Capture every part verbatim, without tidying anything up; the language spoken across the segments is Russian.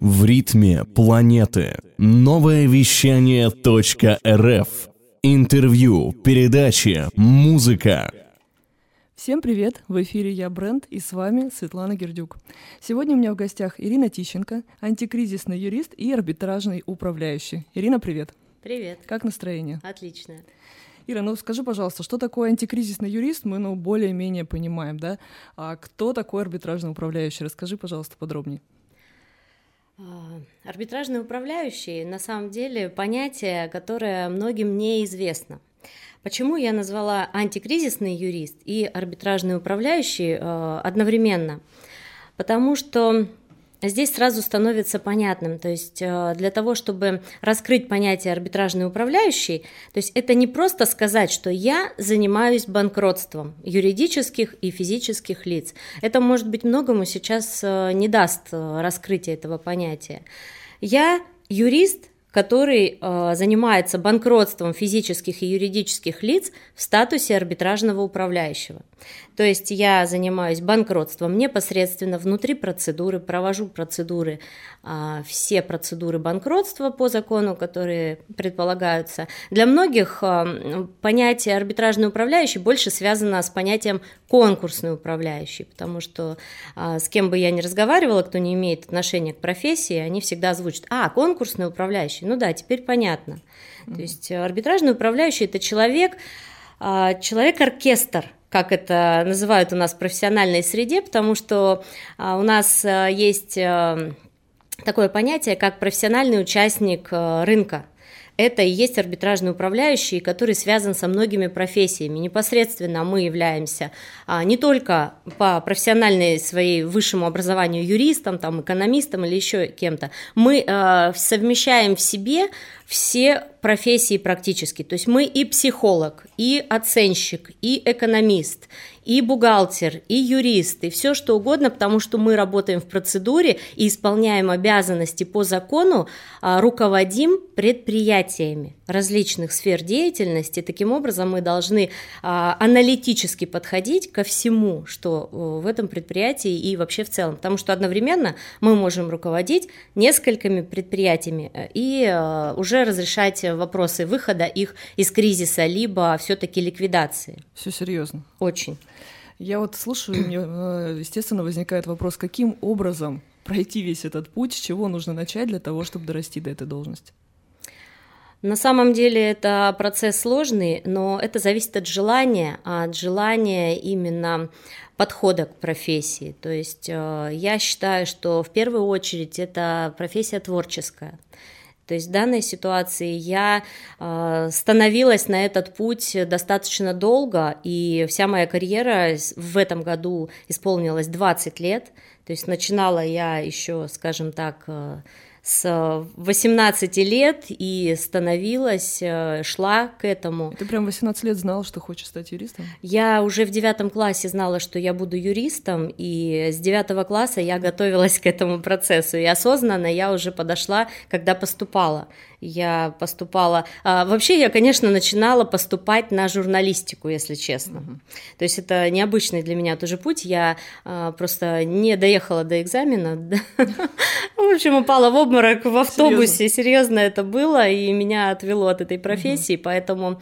В ритме планеты. Новое вещание .рф. Интервью, передачи, музыка. Всем привет! В эфире я, Бренд, и с вами Светлана Гердюк. Сегодня у меня в гостях Ирина Тищенко, антикризисный юрист и арбитражный управляющий. Ирина, привет! Привет! Как настроение? Отличное. Ира, ну скажи, пожалуйста, что такое антикризисный юрист? Мы, ну, более-менее понимаем, да? А кто такой арбитражный управляющий? Расскажи, пожалуйста, подробнее. Арбитражный управляющий, на самом деле, понятие, которое многим неизвестно. Почему я назвала антикризисный юрист и арбитражный управляющий э, одновременно? Потому что здесь сразу становится понятным, то есть э, для того, чтобы раскрыть понятие арбитражный управляющий, то есть это не просто сказать, что я занимаюсь банкротством юридических и физических лиц. Это, может быть, многому сейчас э, не даст э, раскрытия этого понятия. Я юрист, который э, занимается банкротством физических и юридических лиц в статусе арбитражного управляющего. То есть я занимаюсь банкротством непосредственно внутри процедуры, провожу процедуры, э, все процедуры банкротства по закону, которые предполагаются. Для многих э, понятие арбитражный управляющий больше связано с понятием конкурсный управляющий, потому что э, с кем бы я ни разговаривала, кто не имеет отношения к профессии, они всегда озвучат: а, конкурсный управляющий. Ну да, теперь понятно. Mm-hmm. То есть арбитражный управляющий – это человек, человек-оркестр, как это называют у нас в профессиональной среде, потому что у нас есть такое понятие, как профессиональный участник рынка. Это и есть арбитражный управляющий, который связан со многими профессиями. Непосредственно мы являемся а, не только по профессиональной своей высшему образованию юристом, там, экономистом или еще кем-то. Мы а, совмещаем в себе все профессии практически. То есть мы и психолог, и оценщик, и экономист, и бухгалтер, и юрист, и все что угодно, потому что мы работаем в процедуре и исполняем обязанности по закону, руководим предприятиями различных сфер деятельности. Таким образом, мы должны аналитически подходить ко всему, что в этом предприятии и вообще в целом, потому что одновременно мы можем руководить несколькими предприятиями и уже разрешать вопросы выхода их из кризиса, либо все-таки ликвидации. Все серьезно. Очень. Я вот слушаю, и мне, естественно, возникает вопрос, каким образом пройти весь этот путь, с чего нужно начать для того, чтобы дорасти до этой должности? На самом деле это процесс сложный, но это зависит от желания, от желания именно подхода к профессии. То есть я считаю, что в первую очередь это профессия творческая. То есть в данной ситуации я э, становилась на этот путь достаточно долго, и вся моя карьера в этом году исполнилась двадцать лет. То есть начинала я еще, скажем так, э, с восемнадцати лет и становилась, шла к этому. Ты прям восемнадцать лет знала, что хочешь стать юристом? Я уже в девятом классе знала, что я буду юристом, и с девятого класса я готовилась к этому процессу, и осознанно я уже подошла, когда поступала. Я поступала... А, вообще я, конечно, начинала поступать на журналистику, если честно. Uh-huh. То есть это необычный для меня тоже путь. Я а, просто не доехала до экзамена. В общем, упала в обморок в автобусе. Серьезно это было, и меня отвело от этой профессии, поэтому...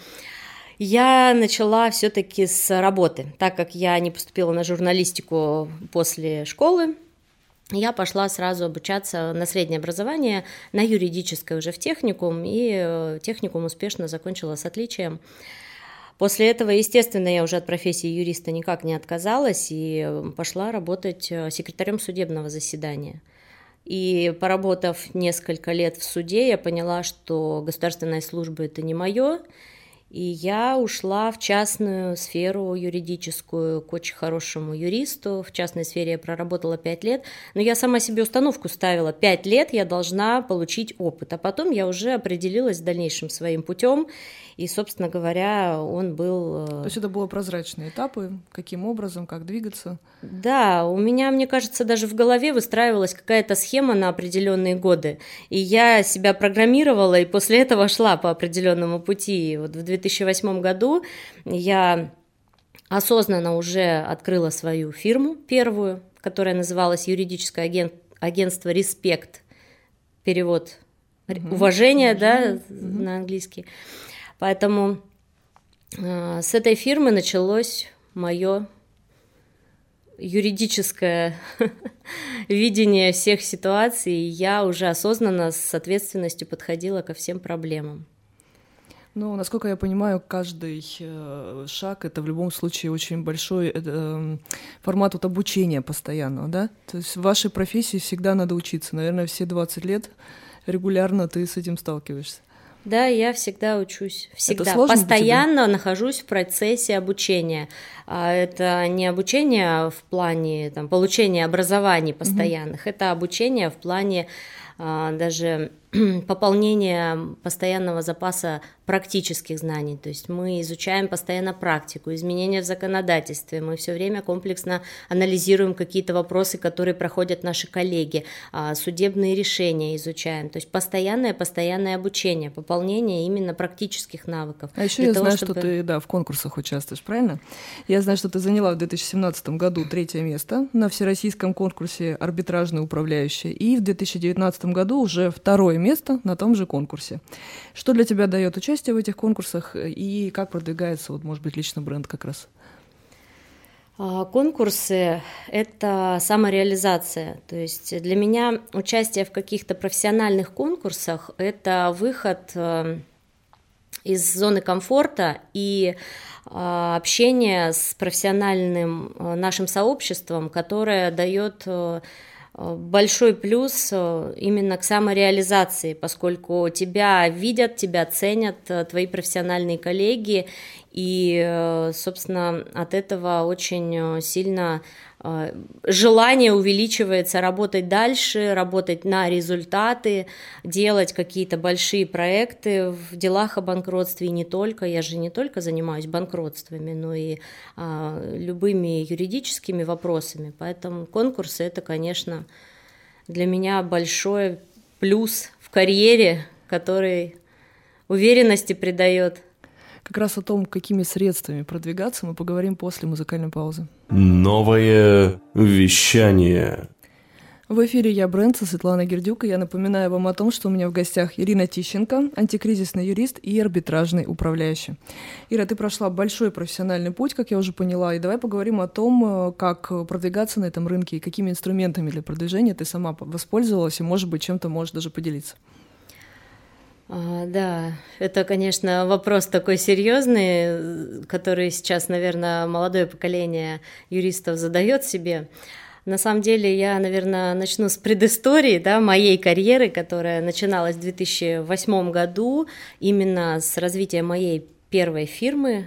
Я начала все-таки с работы, так как я не поступила на журналистику после школы. Я пошла сразу обучаться на среднее образование, на юридическое уже в техникум, и техникум успешно закончила с отличием. После этого, естественно, я уже от профессии юриста никак не отказалась и пошла работать секретарем судебного заседания. И поработав несколько лет в суде, я поняла, что государственная служба – это не мое. И я ушла в частную сферу юридическую к очень хорошему юристу. В частной сфере я проработала пять лет. Но я сама себе установку ставила: пять лет я должна получить опыт. А потом я уже определилась с дальнейшим своим путем. И, собственно говоря, он был... То есть это были прозрачные этапы, каким образом, как двигаться? Да, у меня, мне кажется, даже в голове выстраивалась какая-то схема на определенные годы. И я себя программировала, и после этого шла по определенному пути. И вот в две тысячи восьмом году я осознанно уже открыла свою фирму первую, которая называлась юридическое агент, агентство «Респект». перевод Угу. уважения, да, угу. на английский. Поэтому э, с этой фирмы началось мое юридическое видение всех ситуаций. Я уже осознанно с ответственностью подходила ко всем проблемам. Ну, насколько я понимаю, каждый э, шаг — это в любом случае очень большой э, э, формат вот обучения постоянного, да? То есть в вашей профессии всегда надо учиться. Наверное, все двадцать лет регулярно ты с этим сталкиваешься. Да, я всегда учусь, всегда, постоянно нахожусь в процессе обучения. Это не обучение в плане там, получения образований постоянных, угу. это обучение в плане а, даже пополнения постоянного запаса практических знаний, то есть мы изучаем постоянно практику, изменения в законодательстве, мы все время комплексно анализируем какие-то вопросы, которые проходят наши коллеги, судебные решения изучаем, то есть постоянное, постоянное обучение, пополнение именно практических навыков. А еще я того, знаю, чтобы... что ты да, в конкурсах участвуешь, правильно? Я знаю, что ты заняла в две тысячи семнадцатом году третье место на всероссийском конкурсе «Арбитражный управляющий», и в две тысячи девятнадцатом году уже второе место на том же конкурсе. Что для тебя дает участие в этих конкурсах и как продвигается, вот, может быть, лично бренд как раз? Конкурсы — это самореализация. То есть для меня участие в каких-то профессиональных конкурсах — это выход из зоны комфорта и общение с профессиональным нашим сообществом, которое дает большой плюс именно к самореализации, поскольку тебя видят, тебя ценят твои профессиональные коллеги, и, собственно, от этого очень сильно желание увеличивается работать дальше, работать на результаты, делать какие-то большие проекты в делах о банкротстве, и не только. Я же не только занимаюсь банкротствами, но и а, любыми юридическими вопросами. Поэтому конкурсы — это, конечно, для меня большой плюс в карьере, который уверенности придает. Как раз о том, какими средствами продвигаться, мы поговорим после музыкальной паузы. Новое вещание. В эфире я, Бренд, Светлана Гердюк, и я напоминаю вам о том, что у меня в гостях Ирина Тищенко, антикризисный юрист и арбитражный управляющий. Ира, ты прошла большой профессиональный путь, как я уже поняла, и давай поговорим о том, как продвигаться на этом рынке и какими инструментами для продвижения ты сама воспользовалась, и, может быть, чем-то можешь даже поделиться. Да, это, конечно, вопрос такой серьезный, который сейчас, наверное, молодое поколение юристов задает себе. На самом деле, я, наверное, начну с предыстории, да, моей карьеры, которая начиналась в две тысячи восьмом году, именно с развития моей первой фирмы,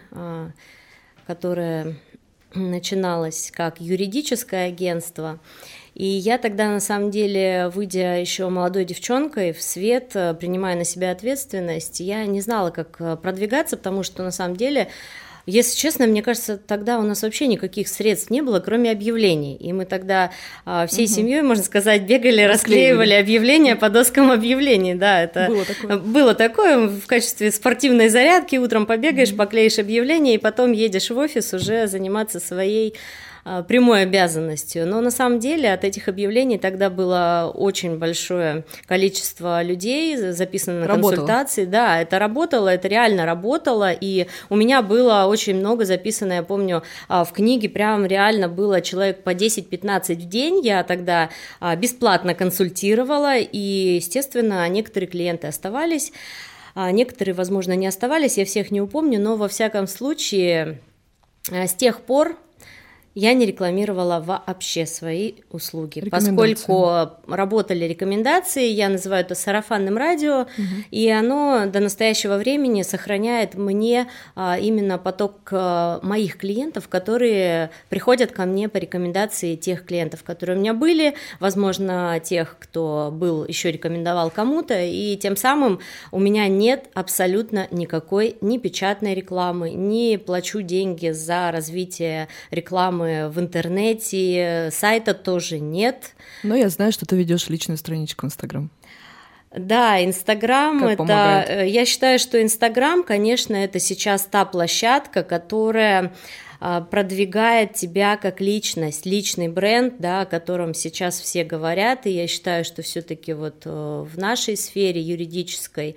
которая начиналась как юридическое агентство. И я тогда, на самом деле, выйдя еще молодой девчонкой в свет, принимая на себя ответственность, я не знала, как продвигаться, потому что, на самом деле, если честно, мне кажется, тогда у нас вообще никаких средств не было, кроме объявлений. И мы тогда всей угу. семьей, можно сказать, бегали, расклеивали объявления по доскам объявлений. Да, это было такое. было такое в качестве спортивной зарядки. Утром побегаешь, угу. поклеишь объявление, и потом едешь в офис уже заниматься своей прямой обязанностью. Но на самом деле от этих объявлений тогда было очень большое количество людей записано на работало. консультации. Да, это работало, это реально работало, и у меня было очень много записано, я помню, в книге прям реально было человек по десять-пятнадцать в день, я тогда бесплатно консультировала, и, естественно, некоторые клиенты оставались, некоторые, возможно, не оставались, я всех не упомню, но во всяком случае с тех пор я не рекламировала вообще свои услуги, поскольку работали рекомендации, я называю это сарафанным радио, угу. и оно до настоящего времени сохраняет мне а, именно поток а, моих клиентов, которые приходят ко мне по рекомендации тех клиентов, которые у меня были, возможно, тех, кто был, еще рекомендовал кому-то, и тем самым у меня нет абсолютно никакой ни печатной рекламы, ни плачу деньги за развитие рекламы в интернете, сайта тоже нет. Но я знаю, что ты ведешь личную страничку в Инстаграм. Да, Инстаграм, это, помогает? Я считаю, что Инстаграм, конечно, это сейчас та площадка, которая продвигает тебя как личность, личный бренд, да, о котором сейчас все говорят, и я считаю, что все-таки вот в нашей сфере юридической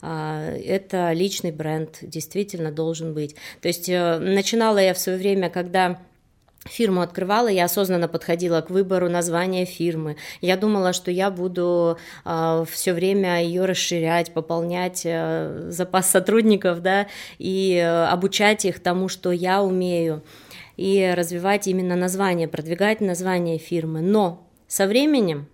это личный бренд действительно должен быть. То есть начинала я в свое время, когда фирму открывала, я осознанно подходила к выбору названия фирмы. Я думала, что я буду э, все время ее расширять, пополнять э, запас сотрудников, да, и э, обучать их тому, что я умею, и развивать именно название, продвигать название фирмы. Но со временем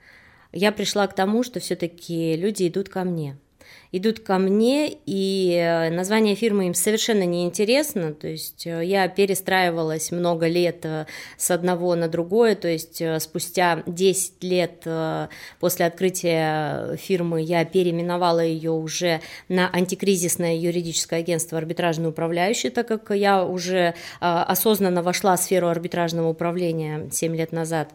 я пришла к тому, что все-таки люди идут ко мне. идут ко мне, и название фирмы им совершенно неинтересно, то есть я перестраивалась много лет с одного на другое, то есть спустя десять лет после открытия фирмы я переименовала ее уже на антикризисное юридическое агентство «Арбитражный управляющий», так как я уже осознанно вошла в сферу арбитражного управления семь лет назад.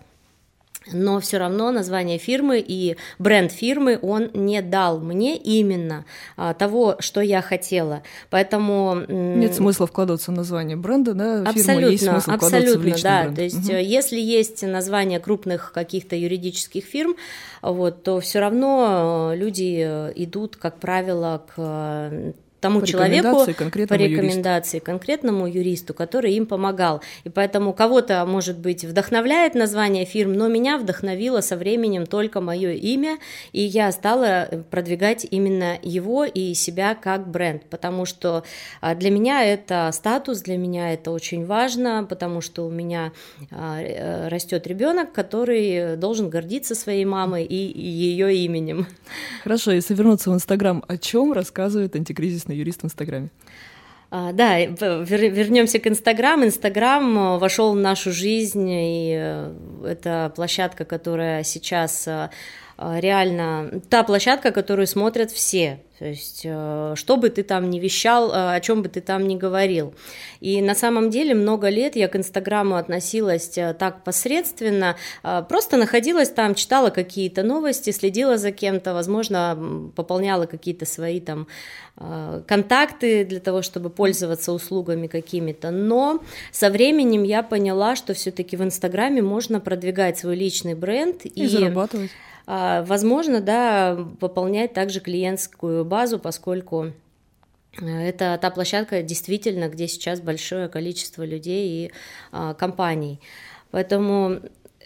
Но все равно название фирмы и бренд фирмы, он не дал мне именно а, того, что я хотела. Поэтому... Нет смысла вкладываться в название бренда, да? Абсолютно, фирма, есть смысл вкладываться в личный да. бренд. То есть, угу. если есть название крупных каких-то юридических фирм, вот, то все равно люди идут, как правило, к тому по человеку рекомендации по рекомендации юристу. конкретному юристу, который им помогал. И поэтому кого-то, может быть, вдохновляет название фирм, но меня вдохновило со временем только мое имя, и я стала продвигать именно его и себя как бренд, потому что для меня это статус, для меня это очень важно, потому что у меня растет ребенок, который должен гордиться своей мамой и ее именем. Хорошо, если вернуться в Инстаграм, о чем рассказывает антикризисный юрист в Инстаграме? А, да, вернемся к Инстаграм. Инстаграм вошел в нашу жизнь, и это площадка, которая сейчас реально та площадка, которую смотрят все. То есть, что бы ты там ни вещал, о чем бы ты там ни говорил. И на самом деле много лет я к Инстаграму относилась так посредственно, просто находилась там, читала какие-то новости, следила за кем-то, возможно, пополняла какие-то свои там контакты для того, чтобы пользоваться услугами какими-то. Но со временем я поняла, что все-таки в Инстаграме можно продвигать свой личный бренд и, и зарабатывать. Возможно, да, пополнять также клиентскую базу, поскольку это та площадка, действительно, где сейчас большое количество людей и а, компаний. Поэтому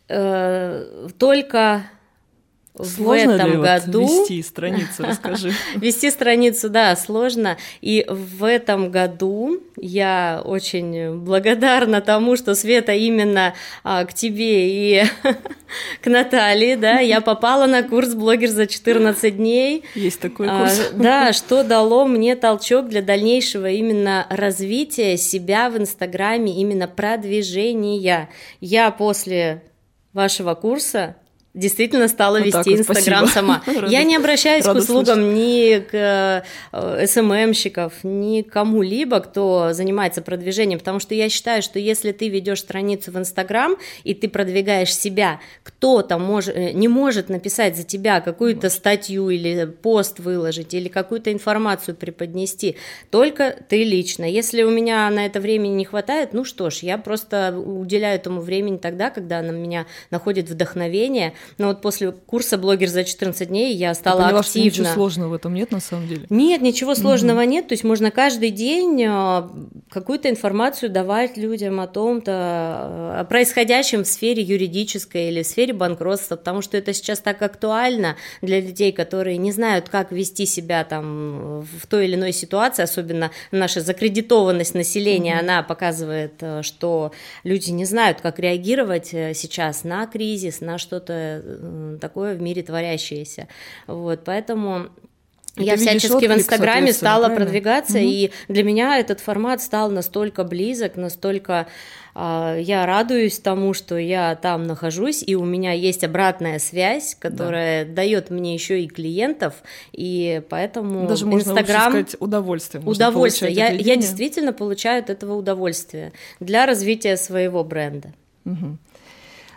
э, только сложно в этом ли году... Вот вести страницу, расскажи. Вести страницу, да, сложно. И в этом году я очень благодарна тому, что, Света, именно а, к тебе и к Наталье, да, я попала на курс «Блогер за четырнадцать дней». Есть такой курс. А, да, что дало мне толчок для дальнейшего именно развития себя в Инстаграме, именно продвижения. Я после вашего курса действительно стала вот вести Инстаграм сама. Радость. Я не обращаюсь Радость к услугам слышать. Ни к эс эм эм-щиков, ни к кому-либо, кто занимается продвижением, потому что я считаю, что если ты ведешь страницу в Инстаграм и ты продвигаешь себя, кто-то мож, не может написать за тебя какую-то статью или пост выложить, или какую-то информацию преподнести, только ты лично. Если у меня на это времени не хватает, ну что ж, я просто уделяю этому времени тогда, когда на меня находит вдохновение. Но вот после курса «Блогер за четырнадцать дней» я стала Ты поняла, активно. Что ничего сложного в этом нет на самом деле? Нет, ничего сложного угу. нет. То есть можно каждый день какую-то информацию давать людям о том-то, о происходящем в сфере юридической или в сфере банкротства, потому что это сейчас так актуально для людей, которые не знают, как вести себя там в той или иной ситуации, особенно наша закредитованность населения, угу. она показывает, что люди не знают, как реагировать сейчас на кризис, на что-то такое в мире творящееся. Вот, поэтому и я всячески в Инстаграме стала правильно? продвигаться, угу. и для меня этот формат стал настолько близок, настолько э, я радуюсь тому, что я там нахожусь, и у меня есть обратная связь, которая да. дает мне еще и клиентов, и поэтому даже можно Инстаграм... сказать удовольствие. Удовольствие. Я, я действительно получаю от этого удовольствие для развития своего бренда. Угу.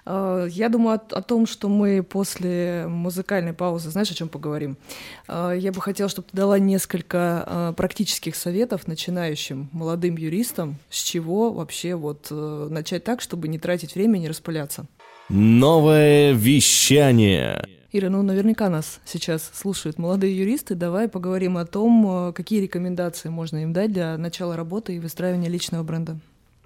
Я думаю о, о том, что мы после музыкальной паузы, знаешь, о чем поговорим? Я бы хотела, чтобы ты дала несколько практических советов начинающим молодым юристам, с чего вообще вот начать так, чтобы не тратить время и не распыляться. Новое вещание. Ира, ну наверняка нас сейчас слушают молодые юристы. Давай поговорим о том, какие рекомендации можно им дать для начала работы и выстраивания личного бренда.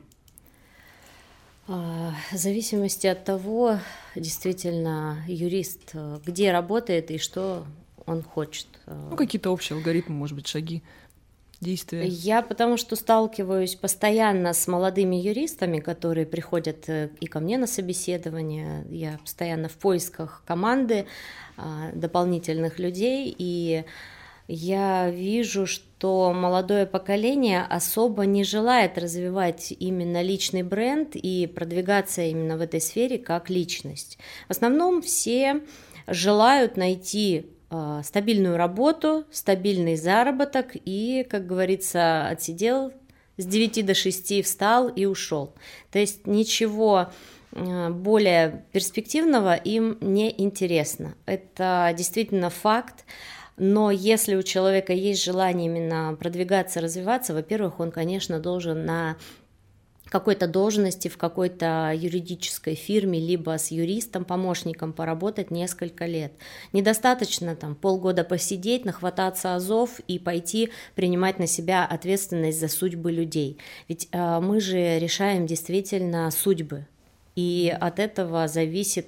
В зависимости от того, действительно, юрист где работает и что он хочет. Ну, какие-то общие алгоритмы, может быть, шаги, действия. Я потому что сталкиваюсь постоянно с молодыми юристами, которые приходят и ко мне на собеседование. Я постоянно в поисках команды, дополнительных людей, и я вижу, что молодое поколение особо не желает развивать именно личный бренд и продвигаться именно в этой сфере как личность. В основном все желают найти э, стабильную работу, стабильный заработок и, как говорится, отсидел с девяти до шести, встал и ушел. То есть ничего э, более перспективного им не интересно. Это действительно факт. Но если у человека есть желание именно продвигаться, развиваться, во-первых, он, конечно, должен на какой-то должности в какой-то юридической фирме, либо с юристом, помощником поработать несколько лет. Недостаточно там полгода посидеть, нахвататься азов и пойти принимать на себя ответственность за судьбы людей. Ведь э, мы же решаем действительно судьбы. И от этого зависит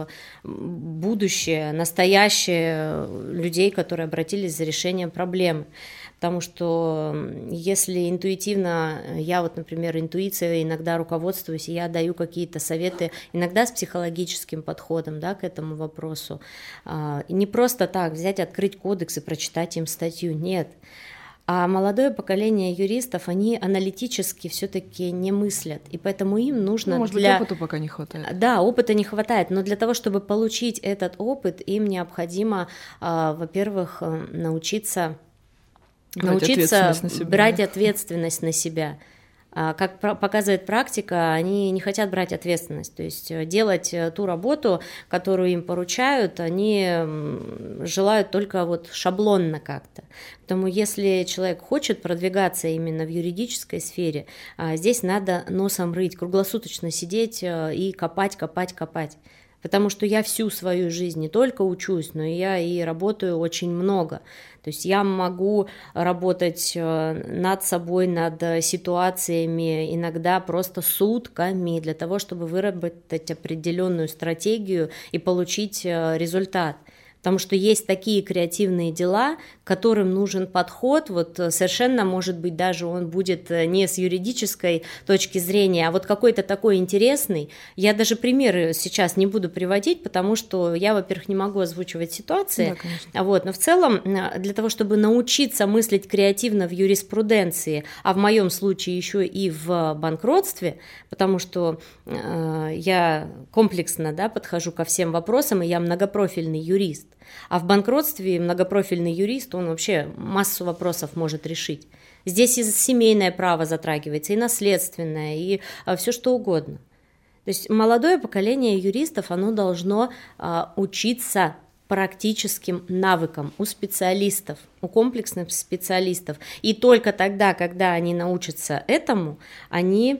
будущее, настоящее людей, которые обратились за решением проблемы. Потому что если интуитивно, я вот, например, интуицией иногда руководствуюсь, и я даю какие-то советы, иногда с психологическим подходом, да, к этому вопросу. Не просто так взять, открыть кодекс и прочитать им статью, нет. А молодое поколение юристов, они аналитически все-таки не мыслят, и поэтому им нужно ну, может для... быть, опыта пока не хватает. Да, опыта не хватает, но для того, чтобы получить этот опыт, им необходимо, во-первых, научиться, брать научиться ответственность на себя. брать ответственность на себя. Как показывает практика, они не хотят брать ответственность, то есть делать ту работу, которую им поручают, они желают только вот шаблонно как-то. Поэтому если человек хочет продвигаться именно в юридической сфере, здесь надо носом рыть, круглосуточно сидеть и копать, копать, копать. Потому что я всю свою жизнь не только учусь, но и я и работаю очень много. То есть я могу работать над собой, над ситуациями, иногда просто сутками для того, чтобы выработать определенную стратегию и получить результат. Потому что есть такие креативные дела, к которым нужен подход, вот совершенно, может быть, даже он будет не с юридической точки зрения, а вот какой-то такой интересный. Я даже примеры сейчас не буду приводить, потому что я, во-первых, не могу озвучивать ситуации, да, конечно. Вот, но в целом для того, чтобы научиться мыслить креативно в юриспруденции, а в моем случае еще и в банкротстве, потому что э, я комплексно, да, подхожу ко всем вопросам, и я многопрофильный юрист. А в банкротстве многопрофильный юрист, он вообще массу вопросов может решить. Здесь и семейное право затрагивается, и наследственное, и все что угодно. То есть молодое поколение юристов, оно должно а, учиться практическим навыкам у специалистов, у комплексных специалистов. И только тогда, когда они научатся этому, они...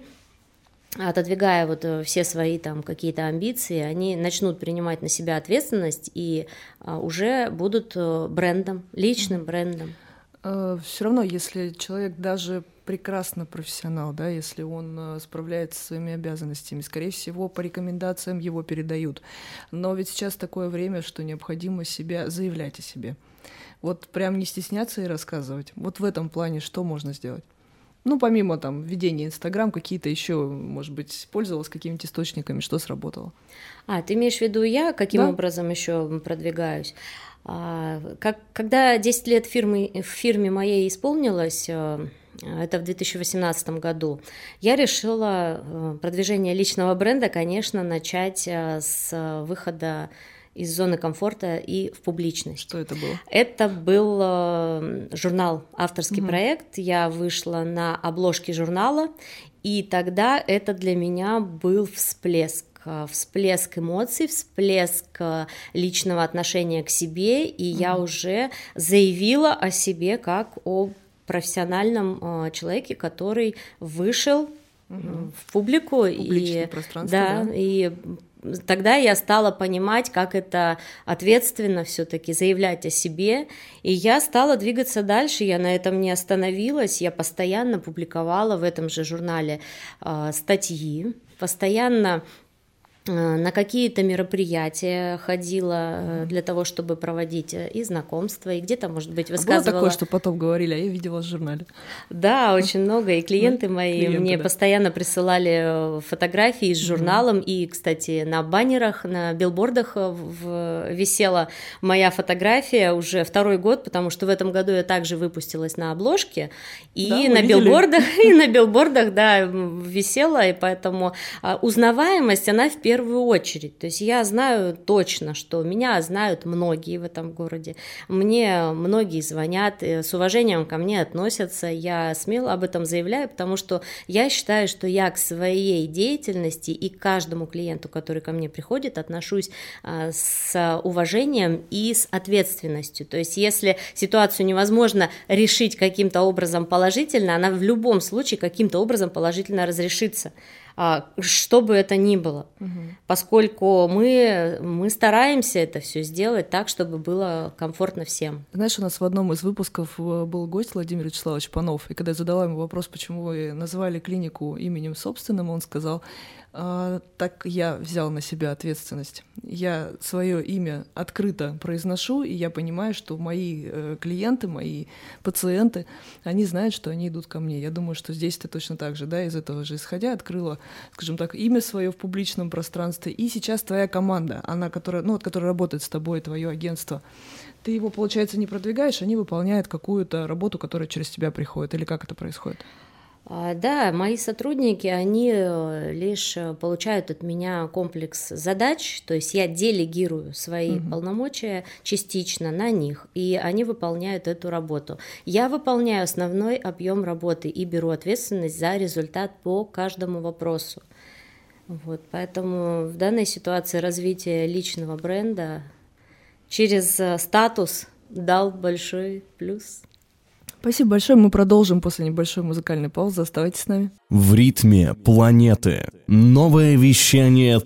отодвигая вот все свои там какие-то амбиции, они начнут принимать на себя ответственность и а, уже будут брендом, личным брендом. Все равно, если человек даже прекрасно профессионал, да, если он справляется со своими обязанностями, скорее всего, по рекомендациям его передают. Но ведь сейчас такое время, что необходимо себя заявлять о себе. Вот прям не стесняться и рассказывать. Вот в этом плане что можно сделать? Ну, помимо там ведения Инстаграм, какие-то еще, может быть, пользовалась какими-то источниками, что сработало? А, ты имеешь в виду я, каким да? образом еще продвигаюсь? А, как, когда десять лет фирмы, в фирме моей исполнилось, это в две тысячи восемнадцатом году, я решила продвижение личного бренда, конечно, начать с выхода из зоны комфорта и в публичность. Что это было? Это был э, журнал, авторский угу. проект. Я вышла на обложке журнала, и тогда это для меня был всплеск. всплеск эмоций, всплеск личного отношения к себе, и mm-hmm. я уже заявила о себе как о профессиональном человеке, который вышел mm-hmm. в публику. Публичное и, пространство, да, да. И тогда я стала понимать, как это ответственно все-таки заявлять о себе, и я стала двигаться дальше, я на этом не остановилась, я постоянно публиковала в этом же журнале э, статьи, постоянно на какие-то мероприятия ходила для того, чтобы проводить и знакомства, и где-то, может быть, высказывала... А было такое, что потом говорили, а я видела в журнале? Да, очень много, и клиенты мои клиенты, мне да. постоянно присылали фотографии с журналом, mm-hmm. и, кстати, на баннерах, на билбордах в... висела моя фотография уже второй год, потому что в этом году я также выпустилась на обложке, и да, на билбордах, и на билбордах, да, висела, и поэтому узнаваемость, она в первую В первую очередь, то есть я знаю точно, что меня знают многие в этом городе, мне многие звонят, с уважением ко мне относятся, я смело об этом заявляю, потому что я считаю, что я к своей деятельности и к каждому клиенту, который ко мне приходит, отношусь с уважением и с ответственностью, то есть если ситуацию невозможно решить каким-то образом положительно, она в любом случае каким-то образом положительно разрешится. Что бы это ни было, угу. поскольку мы, мы стараемся это все сделать так, чтобы было комфортно всем. Знаешь, у нас в одном из выпусков был гость Владимир Вячеславович Панов, и когда я задала ему вопрос, почему вы назвали клинику именем собственным, он сказал: а, так я взял на себя ответственность. Я свое имя открыто произношу, и я понимаю, что мои э, клиенты, мои пациенты, они знают, что они идут ко мне. Я думаю, что здесь ты точно так же, да, из этого же исходя, открыла, скажем так, имя свое в публичном пространстве. И сейчас твоя команда, она, которая, ну, вот, которая работает с тобой, твое агентство, ты его, получается, не продвигаешь, они выполняют какую-то работу, которая через тебя приходит, или как это происходит? Да, мои сотрудники, они лишь получают от меня комплекс задач, то есть я делегирую свои угу. полномочия частично на них, и они выполняют эту работу. Я выполняю основной объем работы и беру ответственность за результат по каждому вопросу. Вот, поэтому в данной ситуации развитие личного бренда через статус дал большой плюс. Спасибо большое, мы продолжим после небольшой музыкальной паузы, оставайтесь с нами. В ритме планеты. Новое вещание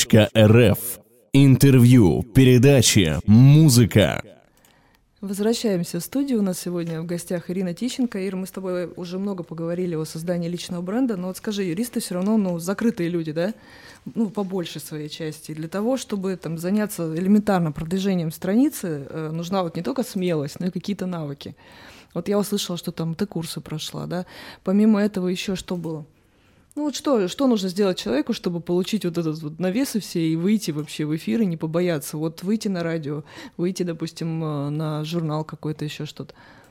.рф. Интервью, передачи, музыка. Возвращаемся в студию. У нас сегодня в гостях Ирина Тищенко. Ира, мы с тобой уже много поговорили о создании личного бренда, но вот скажи, юристы все равно, ну, закрытые люди, да? Ну, по большей своей части. Для того, чтобы там заняться элементарно продвижением страницы, э, нужна вот не только смелость, но и какие-то навыки. Вот я услышала, что там ты курсы прошла, да? Помимо этого еще что было? Ну вот что, что нужно сделать человеку, чтобы получить вот этот вот навесы все и выйти вообще в эфир и не побояться? Вот выйти на радио, выйти, допустим, на журнал какой-то, еще что-то.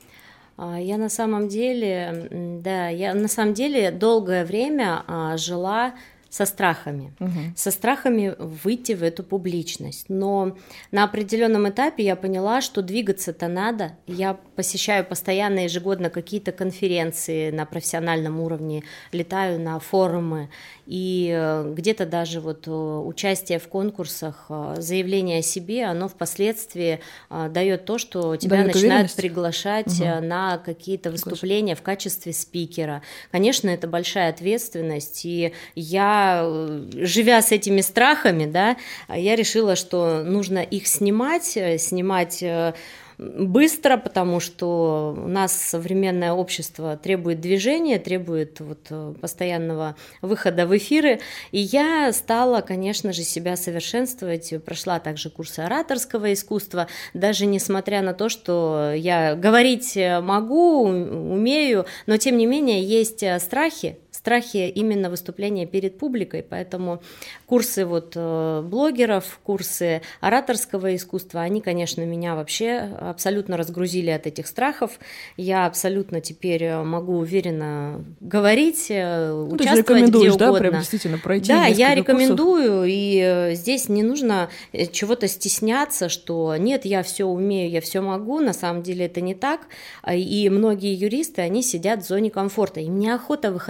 Я на самом деле, да, я на самом деле долгое время жила со страхами, угу. со страхами выйти в эту публичность. Но на определенном этапе я поняла, что двигаться-то надо. Я посещаю постоянно ежегодно какие-то конференции на профессиональном уровне, летаю на форумы, и где-то даже вот участие в конкурсах, заявление о себе, оно впоследствии дает то, что тебя дает начинают уверенность. Приглашать угу. на какие-то выступления в качестве спикера. Конечно, это большая ответственность, и я живя с этими страхами, да, я решила, что нужно их снимать, снимать быстро, потому что у нас современное общество требует движения, требует вот постоянного выхода в эфиры, и я стала, конечно же, себя совершенствовать, прошла также курсы ораторского искусства, даже несмотря на то, что я говорить могу, умею, но тем не менее есть страхи, страхи именно выступления перед публикой, поэтому курсы вот блогеров, курсы ораторского искусства, они, конечно, меня вообще абсолютно разгрузили от этих страхов. Я абсолютно теперь могу уверенно говорить, ну, участвовать где угодно. Да, прям действительно пройти да, я курсов. Рекомендую, и здесь не нужно чего-то стесняться, что нет, я все умею, я все могу, на самом деле это не так, и многие юристы, они сидят в зоне комфорта, им неохота выходить на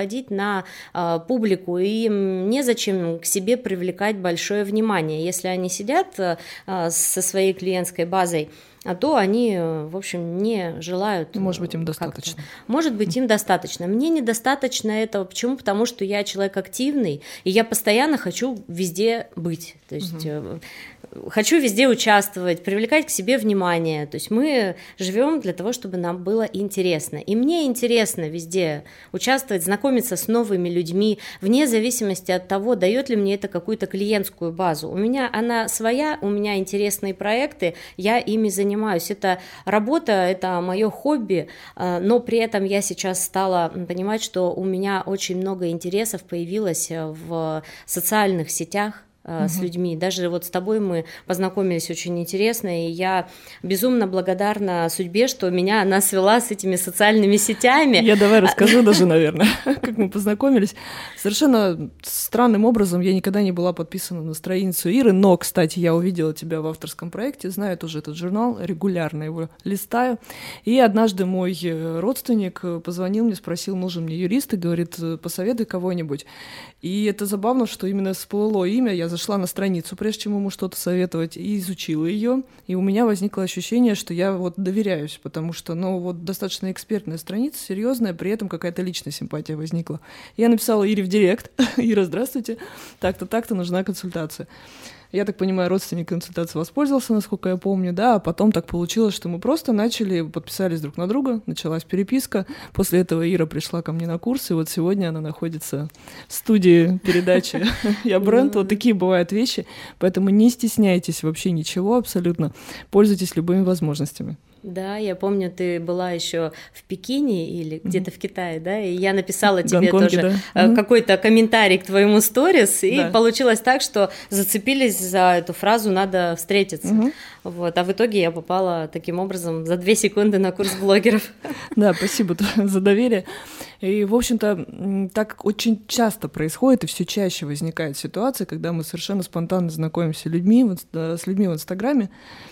на а, публику, и им незачем к себе привлекать большое внимание. Если они сидят а, со своей клиентской базой, а то они, в общем, не желают... Может быть, им достаточно. Как-то. Может быть, им достаточно. Мне недостаточно этого. Почему? Потому что я человек активный, и я постоянно хочу везде быть. То есть угу. хочу везде участвовать, привлекать к себе внимание. То есть мы живем для того, чтобы нам было интересно. И мне интересно везде участвовать, знакомиться с новыми людьми, вне зависимости от того, дает ли мне это какую-то клиентскую базу. У меня она своя, у меня интересные проекты, я ими занимаюсь. Это работа, это мое хобби, но при этом я сейчас стала понимать, что у меня очень много интересов появилось в социальных сетях с людьми. Даже вот с тобой мы познакомились очень интересно, и я безумно благодарна судьбе, что меня она свела с этими социальными сетями. Я давай расскажу даже, наверное, как мы познакомились. Совершенно странным образом я никогда не была подписана на страницу Иры, но, кстати, я увидела тебя в авторском проекте, знаю тоже этот журнал, регулярно его листаю, и однажды мой родственник позвонил мне, спросил, нужен мне юрист, и говорит, посоветуй кого-нибудь. И это забавно, что именно всплыло имя, я зашла на страницу, прежде чем ему что-то советовать, и изучила ее, и у меня возникло ощущение, что я вот доверяюсь, потому что, ну, вот достаточно экспертная страница, серьезная, при этом какая-то личная симпатия возникла. Я написала Ире в директ: Ира, здравствуйте, так-то, так-то, нужна консультация. Я так понимаю, родственник консультации воспользовался, насколько я помню, да, а потом так получилось, что мы просто начали, подписались друг на друга, началась переписка, после этого Ира пришла ко мне на курс, и вот сегодня она находится в студии передачи «Я бренд». Вот такие бывают вещи, поэтому не стесняйтесь вообще ничего абсолютно, пользуйтесь любыми возможностями. Да, я помню, ты была еще в Пекине или где-то mm-hmm. в Китае, да, и я написала тебе Гонконге, тоже да. mm-hmm. какой-то комментарий к твоему сторис, и да. получилось так, что зацепились за эту фразу «надо встретиться». Mm-hmm. Вот, а в итоге я попала таким образом за две секунды на курс блогеров. Да, спасибо за доверие. И, в общем-то, так очень часто происходит, и все чаще возникает ситуация, когда мы совершенно спонтанно знакомимся с людьми, с людьми в Инстаграме,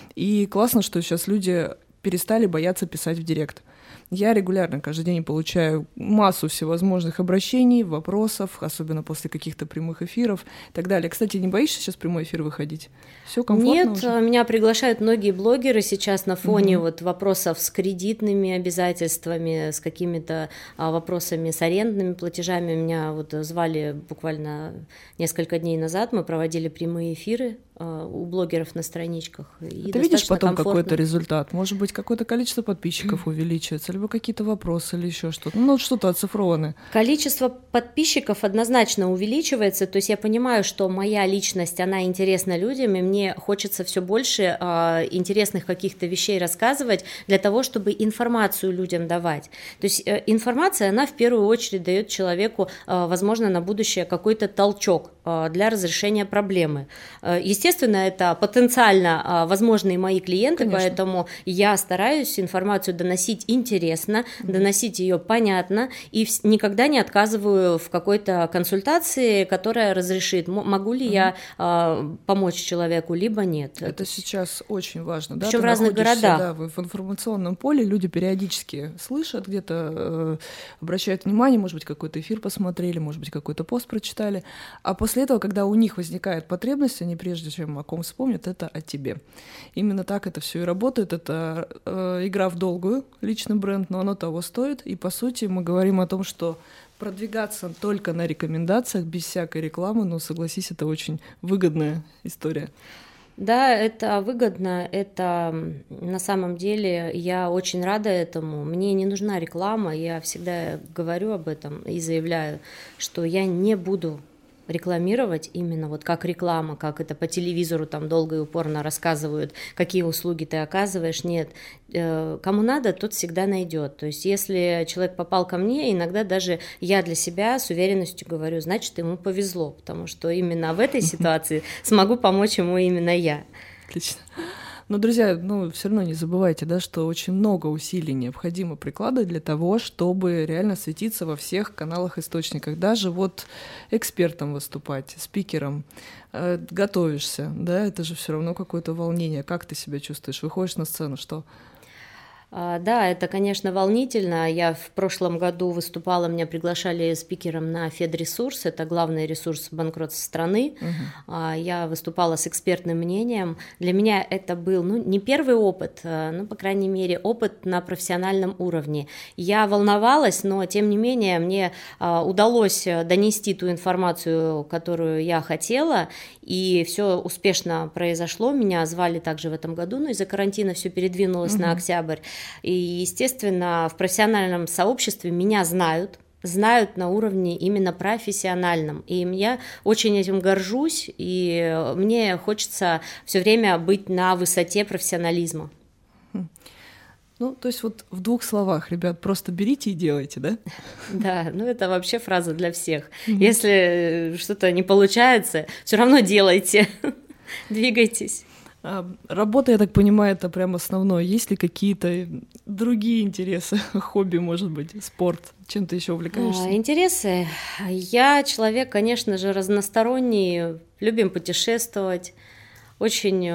и классно, что сейчас люди перестали бояться писать в директ. Я регулярно каждый день получаю массу всевозможных обращений, вопросов, особенно после каких-то прямых эфиров и так далее. Кстати, не боишься сейчас в прямой эфир выходить? Все комфортно Нет, уже? Меня приглашают многие блогеры сейчас на фоне угу. вот вопросов с кредитными обязательствами, с какими-то а, вопросами с арендными платежами. Меня вот звали буквально несколько дней назад, мы проводили прямые эфиры а, у блогеров на страничках. И ты видишь потом комфортно. Какой-то результат? Может быть, какое-то количество подписчиков увеличивается, либо какие-то вопросы, или еще что-то. Ну, что-то оцифрованное. Количество подписчиков однозначно увеличивается. То есть я понимаю, что моя личность, она интересна людям, и мне хочется все больше э, интересных каких-то вещей рассказывать для того, чтобы информацию людям давать. То есть э, информация, она в первую очередь дает человеку, э, возможно, на будущее какой-то толчок э, для разрешения проблемы. Э, естественно, это потенциально э, возможные мои клиенты, Конечно. Поэтому я стараюсь информацию доносить интересно, mm-hmm. доносить ее понятно, и в, никогда не отказываю в какой-то консультации, которая разрешит, м- могу ли mm-hmm. я э, помочь человеку, либо нет. Это, Это сейчас очень важно. Причем да? в разных городах. Да, в информационном поле люди периодически слышат, где-то э, обращают внимание, может быть, какой-то эфир посмотрели, может быть, какой-то пост прочитали, а после этого, когда у них возникает потребность, они прежде чем о ком вспомнят, это о тебе. Именно так это все и работает. Это э, игра в долгую, личный бренд, но оно того стоит. И, по сути, мы говорим о том, что продвигаться только на рекомендациях, без всякой рекламы, ну, согласись, это очень выгодная история. Да, это выгодно, это на самом деле я очень рада этому. Мне не нужна реклама, я всегда говорю об этом и заявляю, что я не буду рекламировать именно вот как реклама, как это по телевизору там долго и упорно рассказывают, какие услуги ты оказываешь. Нет, кому надо, тот всегда найдет. То есть если человек попал ко мне, иногда даже я для себя с уверенностью говорю, значит, ему повезло, потому что именно в этой ситуации смогу помочь ему именно я. Отлично. Но, друзья, ну, все равно не забывайте, да, что очень много усилий необходимо прикладывать для того, чтобы реально светиться во всех каналах-источниках. Даже вот экспертом выступать, спикером, э, готовишься, да, это же все равно какое-то волнение. Как ты себя чувствуешь? Выходишь на сцену, что... А, Да, это, конечно, волнительно. Я в прошлом году выступала, меня приглашали спикером на Федресурс, это главный ресурс банкротства страны. Uh-huh. Я выступала с экспертным мнением. Для меня это был, ну, не первый опыт, но, по крайней мере, опыт на профессиональном уровне. Я волновалась, но, тем не менее, мне удалось донести ту информацию, которую я хотела, и все успешно произошло. Меня звали также в этом году, но из-за карантина все передвинулось uh-huh. на октябрь. И, естественно, в профессиональном сообществе меня знают, знают на уровне именно профессиональном. И я очень этим горжусь, и мне хочется все время быть на высоте профессионализма. Ну, то есть вот в двух словах, ребят, просто берите и делайте, да? Да, ну это вообще фраза для всех. Если что-то не получается, все равно делайте, двигайтесь. Работа, я так понимаю, это прям основное. Есть ли какие-то другие интересы, хобби, может быть, спорт? Чем ты еще увлекаешься? Интересы? Я человек, конечно же, разносторонний, любим путешествовать, очень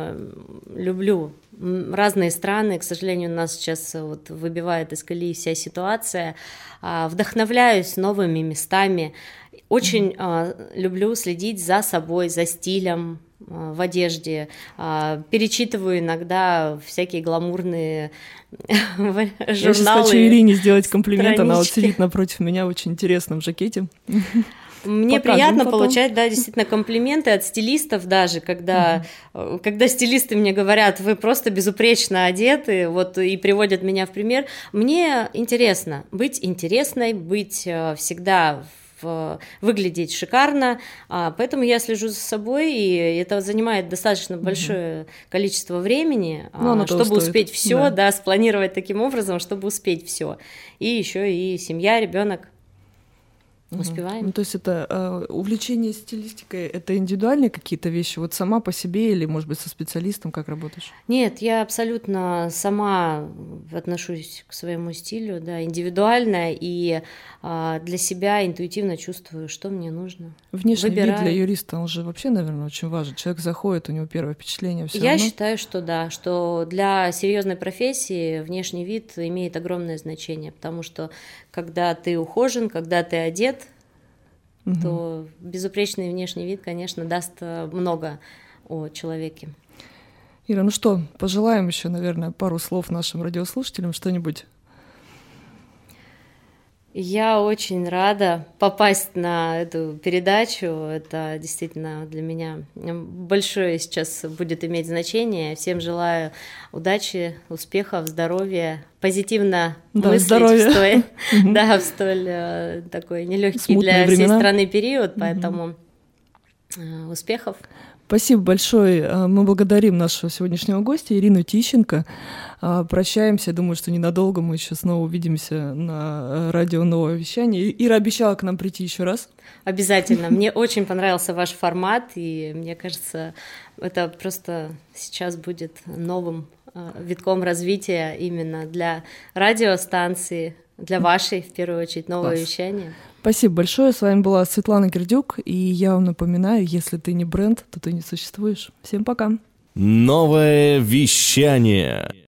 люблю разные страны. К сожалению, у нас сейчас вот выбивает из колеи вся ситуация. Вдохновляюсь новыми местами. Очень mm-hmm. люблю следить за собой, за стилем в одежде, перечитываю иногда всякие гламурные журналы. Я сейчас хочу Ирине сделать комплимент, странички. Она вот сидит напротив меня в очень интересном жакете. Мне Покажем приятно потом. Получать, да, действительно, комплименты от стилистов даже, когда, uh-huh. когда стилисты мне говорят, вы просто безупречно одеты, вот, и приводят меня в пример. Мне интересно быть интересной, быть всегда в, выглядеть шикарно, поэтому я слежу за собой, и это занимает достаточно большое uh-huh. количество времени, ну, чтобы успеть все, да. да, спланировать таким образом, чтобы успеть все. И еще и семья, ребенок. Успеваем. Ну, то есть это э, увлечение стилистикой, это индивидуальные какие-то вещи, вот сама по себе или, может быть, со специалистом, как работаешь? Нет, я абсолютно сама отношусь к своему стилю, да, индивидуально, и э, для себя интуитивно чувствую, что мне нужно. Внешний Выбираю. Вид для юриста, он же вообще, наверное, очень важен. Человек заходит, у него первое впечатление. Все я равно... считаю, что да, что для серьезной профессии внешний вид имеет огромное значение, потому что когда ты ухожен, когда ты одет, угу. то безупречный внешний вид, конечно, даст много о человеке. Ира, ну что, пожелаем еще, наверное, пару слов нашим радиослушателям, что-нибудь? Я очень рада попасть на эту передачу. Это действительно для меня большое сейчас будет иметь значение. Всем желаю удачи, успехов, здоровья, позитивно да, мыслить здоровья. в столь, да, в столь такой нелегкий для всей страны период, поэтому успехов. Спасибо большое. Мы благодарим нашего сегодняшнего гостя Ирину Тищенко. Прощаемся. Думаю, что ненадолго мы еще снова увидимся на радио «Новое вещание». Ира обещала к нам прийти еще раз. Обязательно. Мне очень понравился ваш формат, и мне кажется, это просто сейчас будет новым витком развития именно для радиостанции, для вашей, в первую очередь, «Новое Класс. вещание». Спасибо большое. С вами была Светлана Гердюк. И я вам напоминаю, если ты не бренд, то ты не существуешь. Всем пока. Новое вещание.